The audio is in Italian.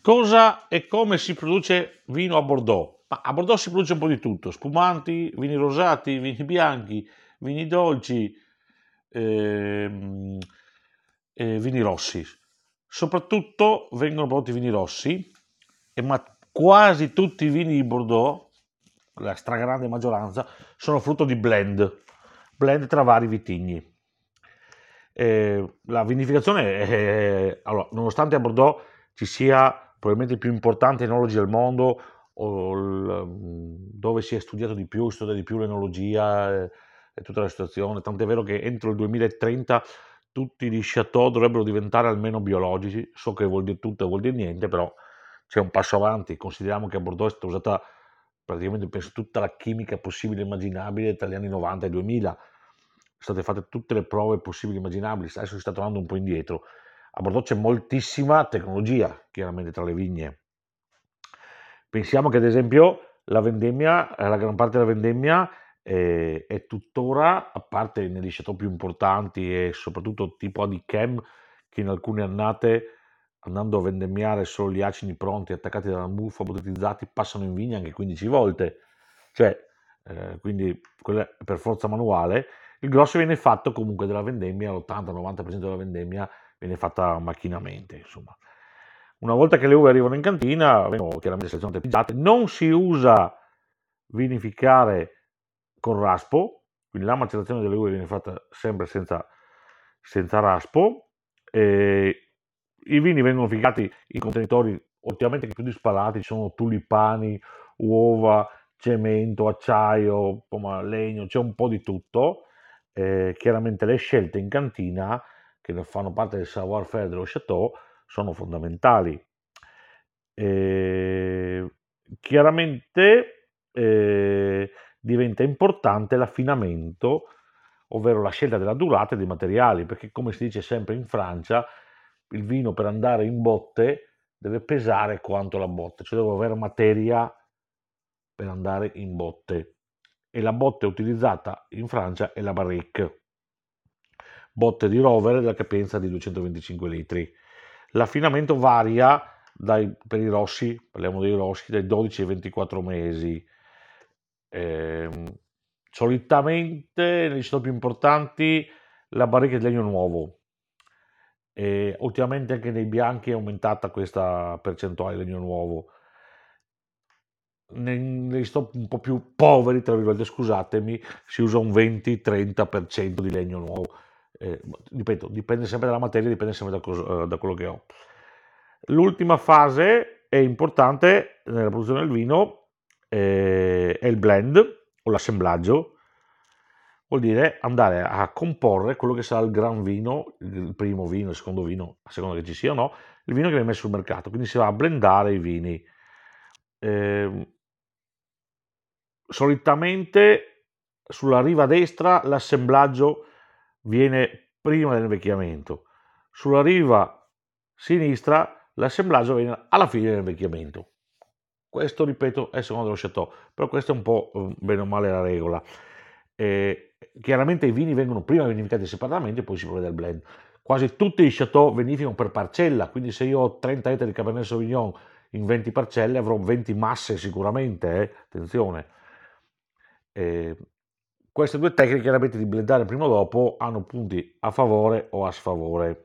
Cosa e come si produce vino a Bordeaux? Ma a Bordeaux si produce un po' di tutto: spumanti, vini rosati, vini bianchi, vini dolci, ehm, vini rossi. Soprattutto vengono prodotti vini rossi, ma quasi tutti i vini di Bordeaux, la stragrande maggioranza, sono frutto di blend tra vari vitigni. La vinificazione allora, nonostante a Bordeaux ci sia probabilmente il più importante enologi del mondo, dove si è studiato di più, studia di più l'enologia e tutta la situazione, tant'è vero che entro il 2030 tutti gli chateau dovrebbero diventare almeno biologici. So che vuol dire tutto e vuol dire niente, però c'è un passo avanti. Consideriamo che a Bordeaux è stata usata praticamente, penso, tutta la chimica possibile e immaginabile tra gli anni 90 e 2000. Sono state fatte tutte le prove possibili e immaginabili, adesso si sta tornando un po' indietro. A Bordeaux c'è moltissima tecnologia, chiaramente, tra le vigne. Pensiamo che ad esempio la vendemmia, la gran parte della vendemmia è tuttora, a parte negli chateau più importanti e soprattutto tipo Adichem, che in alcune annate, andando a vendemmiare solo gli acini pronti attaccati dalla muffa, bottiglizzati, passano in vigna anche 15 volte. Cioè, quindi quella è per forza manuale. Il grosso viene fatto comunque della vendemmia, l'80-90% della vendemmia viene fatta macchinamente, insomma. Una volta che le uve arrivano in cantina, vengono chiaramente selezionate e pigiate. Non si usa vinificare con raspo, quindi la macerazione delle uve viene fatta sempre senza raspo. I vini vengono ficati in contenitori ultimamente più disparati, ci sono tulipani, uova, cemento, acciaio, insomma, legno, c'è un po' di tutto. Chiaramente le scelte in cantina, che ne fanno parte del savoir-faire dello chateau, sono fondamentali. Eh, chiaramente diventa importante l'affinamento, ovvero la scelta della durata e dei materiali, perché come si dice sempre in Francia, il vino per andare in botte deve pesare quanto la botte, cioè deve avere materia per andare in botte. E la botte utilizzata in Francia è la barrique, botte di rovere della capienza di 225 litri. L'affinamento varia per i rossi, parliamo dei rossi, dai 12 ai 24 mesi. Ehm, solitamente negli stati più importanti la barrica è di legno nuovo. E ultimamente anche nei bianchi è aumentata questa percentuale di legno nuovo. Negli stop un po' più poveri, tra virgolette, scusatemi, si usa un 20-30% di legno nuovo. Ripeto, dipende sempre dalla materia, dipende sempre da quello che ho. L'ultima fase è importante nella produzione del vino, è il blend o l'assemblaggio. Vuol dire andare a comporre quello che sarà il gran vino, il primo vino, il secondo vino, a seconda che ci sia o no, il vino che viene messo sul mercato. Quindi si va a blendare i vini. Ehm, Solitamente sulla riva destra l'assemblaggio viene prima dell'invecchiamento, sulla riva sinistra l'assemblaggio viene alla fine dell'invecchiamento. Questo, ripeto, è secondo lo chateau, però questo è un po' bene o male la regola. Chiaramente i vini vengono prima vinificati separatamente e poi si provvede al blend. Quasi tutti i chateau vinificano per parcella, quindi se io ho 30 ettari di Cabernet Sauvignon in 20 parcelle avrò 20 masse sicuramente, attenzione. Eh, queste due tecniche chiaramente di blendare prima o dopo hanno punti a favore o a sfavore.